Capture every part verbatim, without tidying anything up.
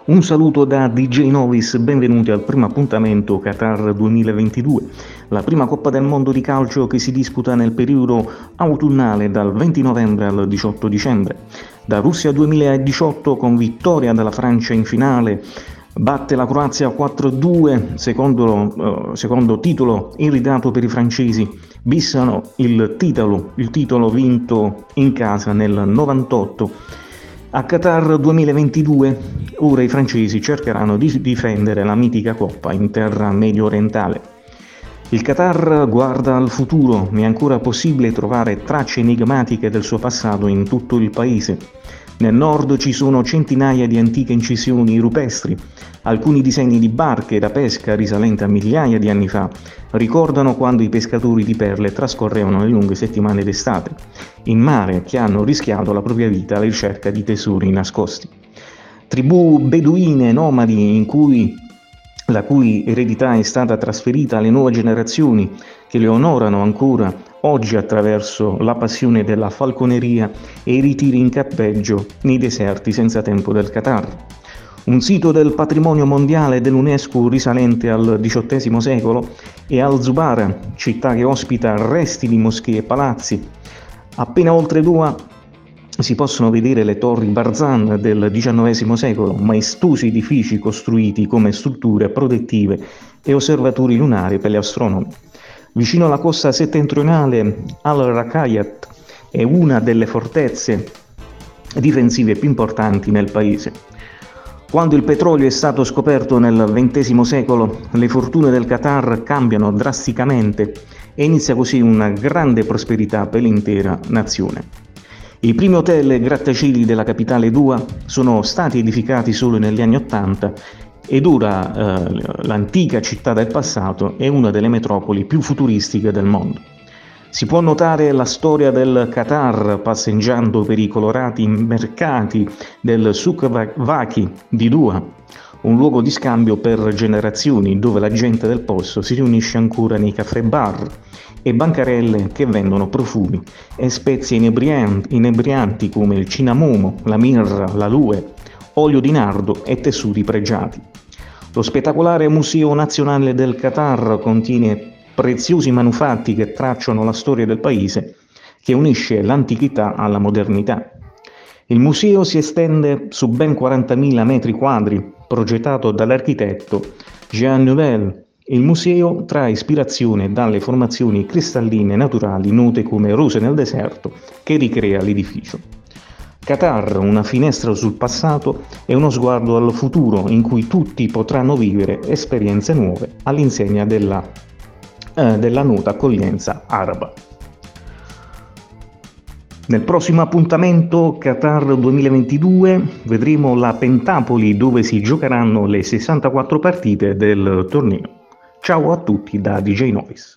Un saluto da D J Novis, benvenuti al primo appuntamento Qatar duemilaventidue, la prima Coppa del Mondo di calcio che si disputa nel periodo autunnale dal venti novembre al diciotto dicembre. Da Russia duemiladiciotto con vittoria della Francia in finale, batte la Croazia quattro a due, secondo, uh, secondo titolo irridato per i francesi, bissano il titolo, il titolo vinto in casa nel novantotto. A Qatar duemilaventidue ora i francesi cercheranno di difendere la mitica Coppa in terra medio orientale. Il Qatar guarda al futuro, è ancora possibile trovare tracce enigmatiche del suo passato in tutto il paese. Nel nord ci sono centinaia di antiche incisioni rupestri, alcuni disegni di barche da pesca risalenti a migliaia di anni fa ricordano quando i pescatori di perle trascorrevano le lunghe settimane d'estate in mare, che hanno rischiato la propria vita alla ricerca di tesori nascosti. Tribù beduine nomadi in cui la cui eredità è stata trasferita alle nuove generazioni che le onorano ancora oggi attraverso la passione della falconeria e i ritiri in cappeggio nei deserti senza tempo del Qatar. Un sito del patrimonio mondiale dell'UNESCO risalente al diciottesimo secolo è Al-Zubara, città che ospita resti di moschee e palazzi. Appena oltre Doha si possono vedere le torri Barzan del diciannovesimo secolo, maestosi edifici costruiti come strutture protettive e osservatori lunari per gli astronomi. Vicino alla costa settentrionale, Al-Rakayat è una delle fortezze difensive più importanti nel paese. Quando il petrolio è stato scoperto nel ventesimo secolo, le fortune del Qatar cambiano drasticamente e inizia così una grande prosperità per l'intera nazione. I primi hotel e grattacieli della capitale Doha sono stati edificati solo negli anni Ottanta ed ora eh, l'antica città del passato è una delle metropoli più futuristiche del mondo. Si può notare la storia del Qatar passeggiando per i colorati mercati del Souk Waqif di Doha, un luogo di scambio per generazioni dove la gente del posto si riunisce ancora nei caffè bar e bancarelle che vendono profumi e spezie inebrianti, inebrianti come il cinnamomo, la mirra, l'aloe, olio di nardo e tessuti pregiati. Lo spettacolare Museo Nazionale del Qatar contiene preziosi manufatti che tracciano la storia del paese, che unisce l'antichità alla modernità. Il museo si estende su ben quarantamila metri quadri, progettato dall'architetto Jean Nouvel. Il museo trae ispirazione dalle formazioni cristalline naturali note come rose nel deserto, che ricrea l'edificio. Qatar, una finestra sul passato e uno sguardo al futuro in cui tutti potranno vivere esperienze nuove all'insegna della, eh, della nota accoglienza araba. Nel prossimo appuntamento Qatar duemilaventidue vedremo la Pentapoli, dove si giocheranno le sessantaquattro partite del torneo. Ciao a tutti da D J Novis.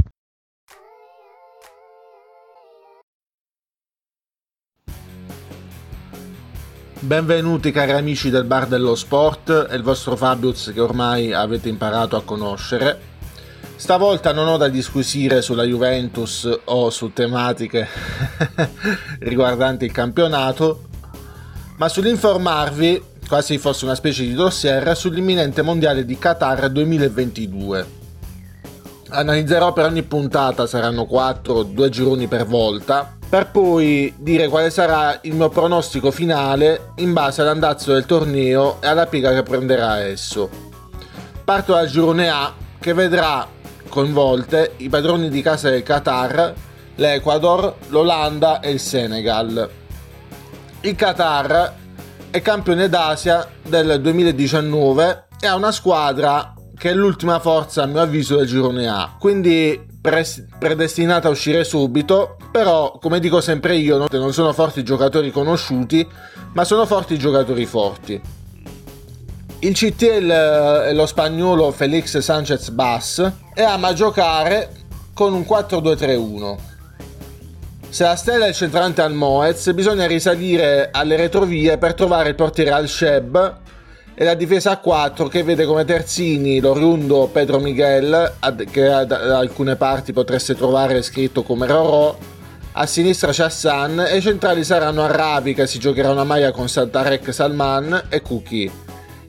Benvenuti cari amici del Bar dello Sport, è il vostro Fabius che ormai avete imparato a conoscere. Stavolta non ho da disquisire sulla Juventus o su tematiche riguardanti il campionato, ma sull'informarvi, quasi fosse una specie di dossier, sull'imminente mondiale di Qatar duemilaventidue. Analizzerò per ogni puntata, saranno quattro, due gironi per volta, per poi dire quale sarà il mio pronostico finale in base all'andazzo del torneo e alla piega che prenderà esso. Parto dal girone A, che vedrà coinvolte i padroni di casa del Qatar, l'Ecuador, l'Olanda e il Senegal. Il Qatar è campione d'Asia del duemiladiciannove e ha una squadra che è l'ultima forza a mio avviso del girone A, quindi pre- predestinata a uscire subito, però come dico sempre io non sono forti giocatori conosciuti, ma sono forti giocatori forti. Il C T è lo spagnolo Félix Sánchez Bas e ama giocare con un quattro due tre uno. Se la stella è il centrante Almoez, bisogna risalire alle retrovie per trovare il portiere Al-Sheb e la difesa a quattro che vede come terzini l'oriundo Pedro Miguel, che da alcune parti potreste trovare scritto come Rorò, a sinistra c'è Hassan e i centrali saranno Arabi, che si giocherà una maglia con Tarek Salman, e Kuki.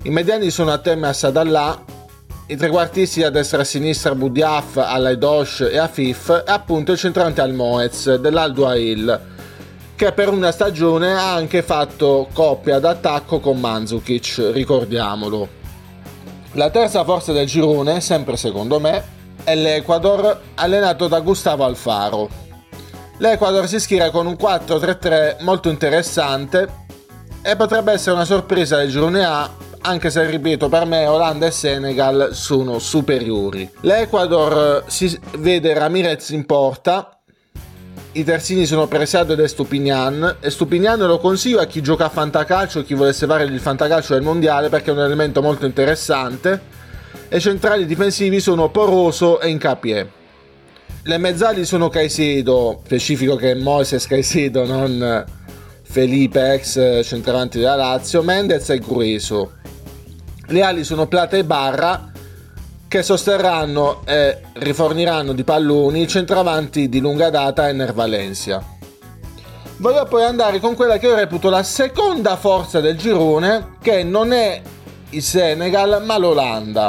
I mediani sono a Tem e a Sadallah, i trequartisti a destra e a sinistra Boudiaf, Al-Aidosh e Afif, e appunto il centravanti Al-Moez dell'Al Duhail, che per una stagione ha anche fatto coppia d'attacco con Mandzukic, ricordiamolo. La terza forza del girone, sempre secondo me, è l'Ecuador, allenato da Gustavo Alfaro. L'Ecuador si schiera con un quattro tre tre molto interessante e potrebbe essere una sorpresa del girone A, anche se, ripeto, per me Olanda e Senegal sono superiori. L'Ecuador si vede Ramirez in porta, i terzini sono Preciado ed Estupinian, e Stupinian lo consiglio a chi gioca a fantacalcio, chi volesse fare il fantacalcio del mondiale, perché è un elemento molto interessante, e i centrali difensivi sono Poroso e Incapié. Le mezzali sono Caicedo, specifico che è Moises Caicedo, non Felipe, ex centravanti della Lazio, Mendez e Grueso. Le ali sono Plata e Barra, che sosterranno e riforniranno di palloni i centravanti di lunga data Ener Valencia. Voglio poi andare con quella che io reputo la seconda forza del girone, che non è il Senegal ma l'Olanda.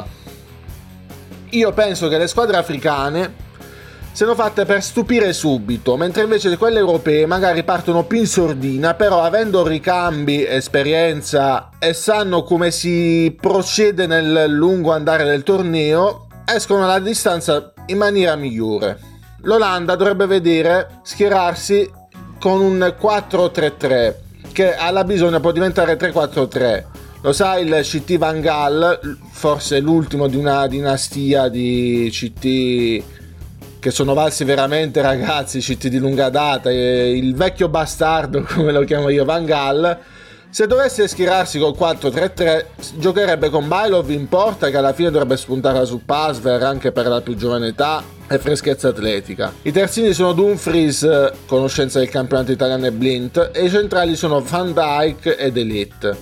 Io penso che le squadre africane siano fatte per stupire subito, mentre invece quelle europee magari partono più in sordina, però avendo ricambi, esperienza e sanno come si procede nel lungo andare del torneo, escono alla distanza in maniera migliore. L'Olanda dovrebbe vedere schierarsi con un quattro tre tre, che alla bisogna può diventare tre quattro tre. Lo sa il C T Van Gaal, forse l'ultimo di una dinastia di C T che sono valsi veramente, ragazzi, C T di lunga data, il vecchio bastardo come lo chiamo io, Van Gaal. Se dovesse schierarsi col quattro tre tre giocherebbe con Bailov in porta, che alla fine dovrebbe spuntare su Pasver anche per la più giovane età e freschezza atletica. I terzini sono Dumfries, conoscenza del campionato italiano, e Blint, e i centrali sono Van Dijk e De Ligt.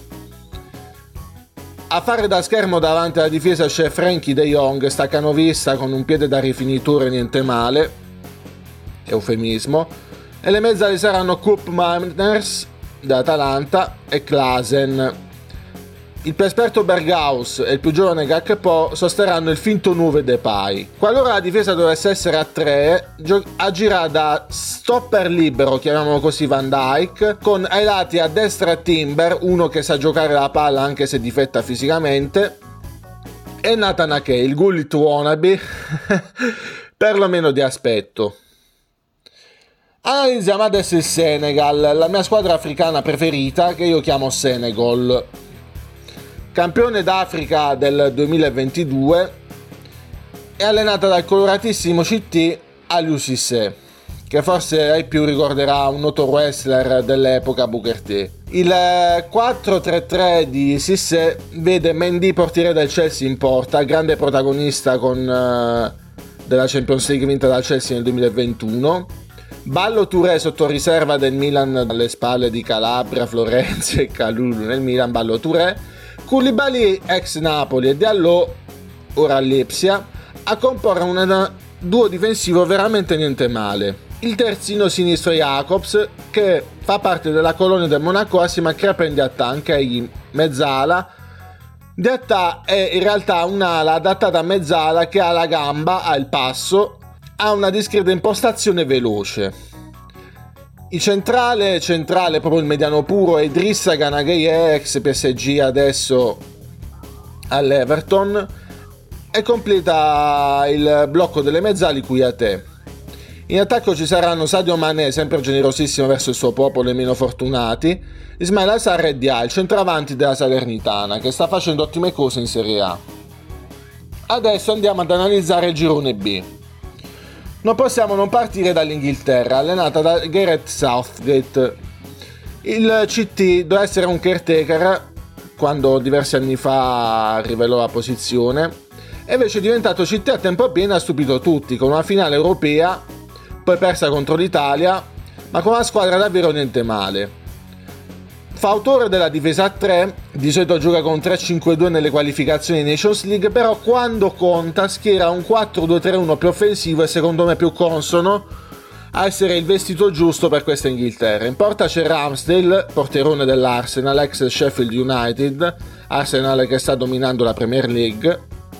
A fare da schermo davanti alla difesa c'è Frenkie de Jong, staccanovista con un piede da rifinitore, niente male, eufemismo, e le mezzali saranno Koopmeiners da Atalanta e Klaasen. Il più esperto Berghaus e il più giovane Gakpo sosterranno il finto nove Depay. Qualora la difesa dovesse essere a tre, gio- agirà da stopper libero, chiamiamolo così, Van Dijk, con ai lati a destra Timber, uno che sa giocare la palla anche se difetta fisicamente, e Nathan Ake, il Gullit wannabe, perlomeno di aspetto. Analizziamo adesso il Senegal, la mia squadra africana preferita, che io chiamo Senegal. Campione d'Africa del duemilaventidue, è allenata dal coloratissimo C T Aliou Cissé, che forse ai più ricorderà un noto wrestler dell'epoca, Booker T. Il quattro tre tre di Cissé vede Mendy, portiere del Chelsea, in porta, grande protagonista con, uh, della Champions League vinta dal Chelsea nel duemilaventuno. Ballo Touré sotto riserva del Milan alle spalle di Calabria, Florenzi e Kalulu nel Milan, Ballo Touré. Koulibaly, ex Napoli, e Diallo, ora all'Ipsia, a comporre un duo difensivo veramente niente male. Il terzino sinistro Jacobs, che fa parte della colonia del Monaco assieme a Crépin Diatta, anche egli mezzala. Diatta è in realtà un'ala adattata a mezzala, che ha la gamba, ha il passo, ha una discreta impostazione veloce. Il centrale, centrale proprio il mediano puro, è Idrissa Gana Gueye, ex P S G, adesso all'Everton, e completa il blocco delle mezzali Kouyaté. In attacco ci saranno Sadio Mané, sempre generosissimo verso il suo popolo e meno fortunati, Ismaila Sarr e Dia, il centravanti della Salernitana, che sta facendo ottime cose in Serie A. Adesso andiamo ad analizzare il girone B. Non possiamo non partire dall'Inghilterra, allenata da Gareth Southgate. Il C T doveva essere un caretaker quando diversi anni fa rivelò la posizione, e invece è diventato C T a tempo pieno e ha stupito tutti, con una finale europea, poi persa contro l'Italia, ma con una squadra davvero niente male. Fa autore della difesa a tre, di solito gioca con tre cinque due nelle qualificazioni Nations League, però quando conta schiera un quattro due tre uno più offensivo e secondo me più consono a essere il vestito giusto per questa Inghilterra. In porta c'è Ramsdale, porterone dell'Arsenal, ex Sheffield United, Arsenal che sta dominando la Premier League.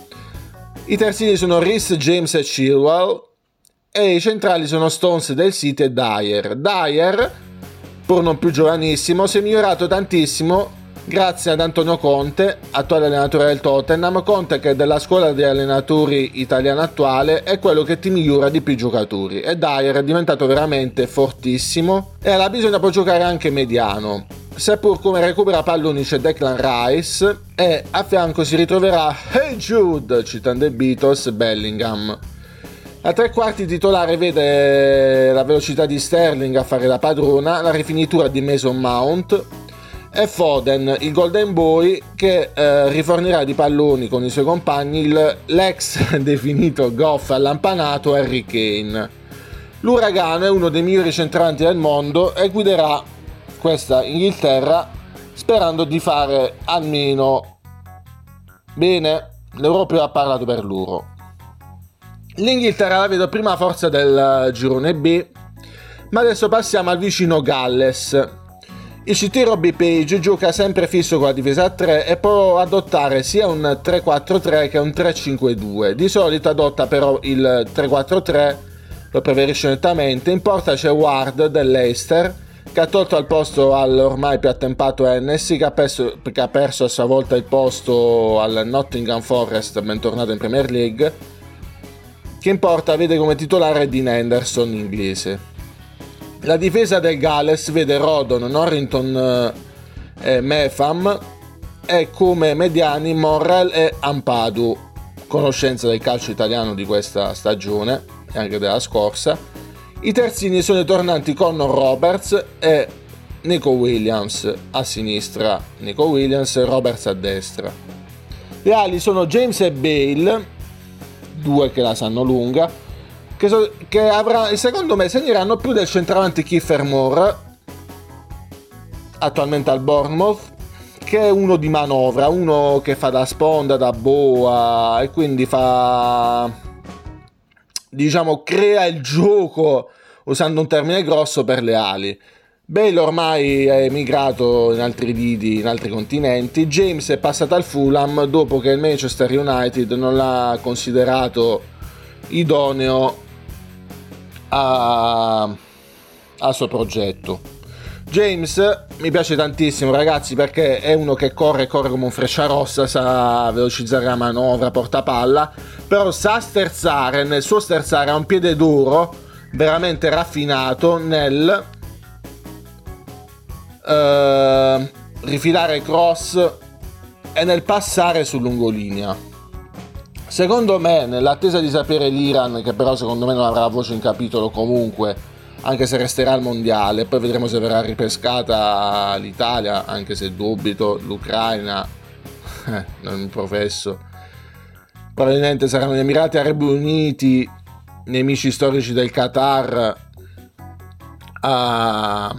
I terzini sono Reece James e Chilwell, e i centrali sono Stones del City e Dyer. Dyer, pur non più giovanissimo, si è migliorato tantissimo grazie ad Antonio Conte, attuale allenatore del Tottenham. Conte, che della scuola di allenatori italiana attuale, è quello che ti migliora di più i giocatori, e Dyer è diventato veramente fortissimo e alla bisogna può giocare anche mediano, seppur come recupera palloni c'è Declan Rice, e a fianco si ritroverà Hey Jude, citando i Beatles, Bellingham. La tre quarti titolare vede la velocità di Sterling a fare la padrona, la rifinitura di Mason Mount e Foden, il Golden Boy, che eh, rifornirà di palloni con i suoi compagni il, l'ex definito goff allampanato Harry Kane. L'Uragano è uno dei migliori centravanti del mondo e guiderà questa Inghilterra sperando di fare almeno bene. L'Europeo ha parlato per loro. L'Inghilterra la vedo prima forza del girone B, ma adesso passiamo al vicino Galles. Il C T Robbie Page gioca sempre fisso con la difesa a tre e può adottare sia un tre quattro tre che un tre cinque due. Di solito adotta però il tre quattro tre, lo preferisce nettamente. In porta c'è Ward dell'Leicester, che ha tolto al posto all'ormai più attempato Hennessy, che ha, perso, che ha perso a sua volta il posto al Nottingham Forest, bentornato in Premier League, che in porta vede come titolare Dean Henderson, inglese. La difesa del Galles vede Rodon, Norrington e Mefam, e come mediani Morrell e Ampadu, conoscenza del calcio italiano di questa stagione e anche della scorsa. I terzini sono i tornanti Connor Roberts e Nico Williams a sinistra, Nico Williams e Roberts a destra. Le ali sono James e Bale, due che la sanno lunga, che, so, che avrà, secondo me segneranno più del centravanti Kiefer Moore, attualmente al Bournemouth, che è uno di manovra, uno che fa da sponda, da boa, e quindi fa, diciamo, crea il gioco, usando un termine grosso, per le ali. Bale ormai è emigrato in altri lidi, in altri continenti. James è passato al Fulham dopo che il Manchester United non l'ha considerato idoneo a, al suo progetto. James mi piace tantissimo, ragazzi, perché è uno che corre corre come un Frecciarossa, sa velocizzare la manovra, porta palla, però sa sterzare. Nel suo sterzare ha un piede duro veramente raffinato nel uh, rifilare cross e nel passare su lungolinea. Secondo me, nell'attesa di sapere l'Iran, che però secondo me non avrà voce in capitolo comunque, anche se resterà al mondiale, poi vedremo se verrà ripescata l'Italia, anche se dubito, l'Ucraina, eh, non mi professo, probabilmente saranno gli Emirati Arabi Uniti, nemici storici del Qatar, a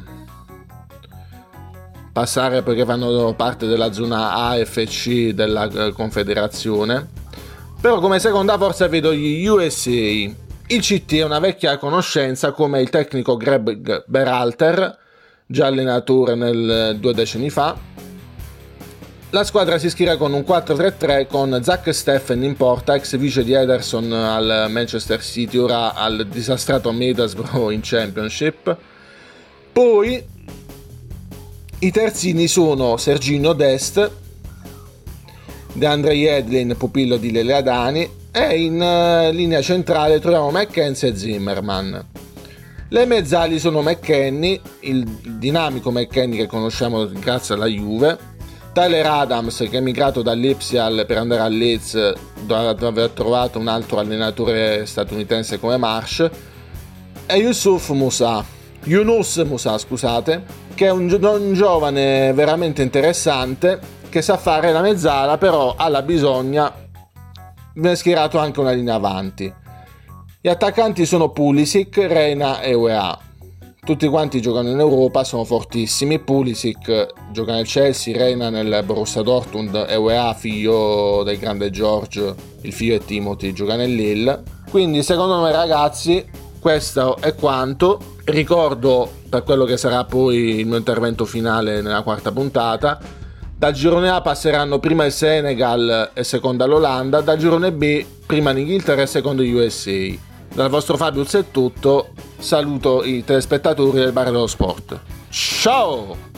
passare perché fanno parte della zona A F C della Confederazione. Però come seconda forza vedo gli U S A. Il C T è una vecchia conoscenza, come il tecnico Greg Berhalter, già allenatore nel due decenni fa. La squadra si ispira con un quattro tre tre con Zach Steffen in porta, ex vice di Ederson al Manchester City, ora al disastrato Middlesbrough in Championship. Poi i terzini sono Serginho Dest, DeAndre Yedlin, pupillo di Lele Adani, e in uh, linea centrale troviamo McKenzie e Zimmerman. Le mezzali sono McKennie, il dinamico McKennie che conosciamo grazie alla Juve, Tyler Adams, che è emigrato dall'Ipsial per andare al Leeds dopo aver trovato un altro allenatore statunitense come Marsh, e Yusuf Musa, Yunus Musa, scusate, che è un, gio- un giovane veramente interessante, che sa fare la mezzala, però alla bisogna viene schierato anche una linea avanti. Gli attaccanti sono Pulisic, Reina e U E A. Tutti quanti giocano in Europa, sono fortissimi. Pulisic gioca nel Chelsea, Reina nel Borussia Dortmund e U E A, figlio del grande George, il figlio è Timothy, gioca nel Lille. Quindi secondo me, ragazzi, questo è quanto. Ricordo, per quello che sarà poi il mio intervento finale nella quarta puntata, dal girone A passeranno prima il Senegal e seconda l'Olanda, dal girone B prima l'Inghilterra e secondo gli U S A. Dal vostro Fabius è tutto, saluto i telespettatori del Bar dello Sport. Ciao!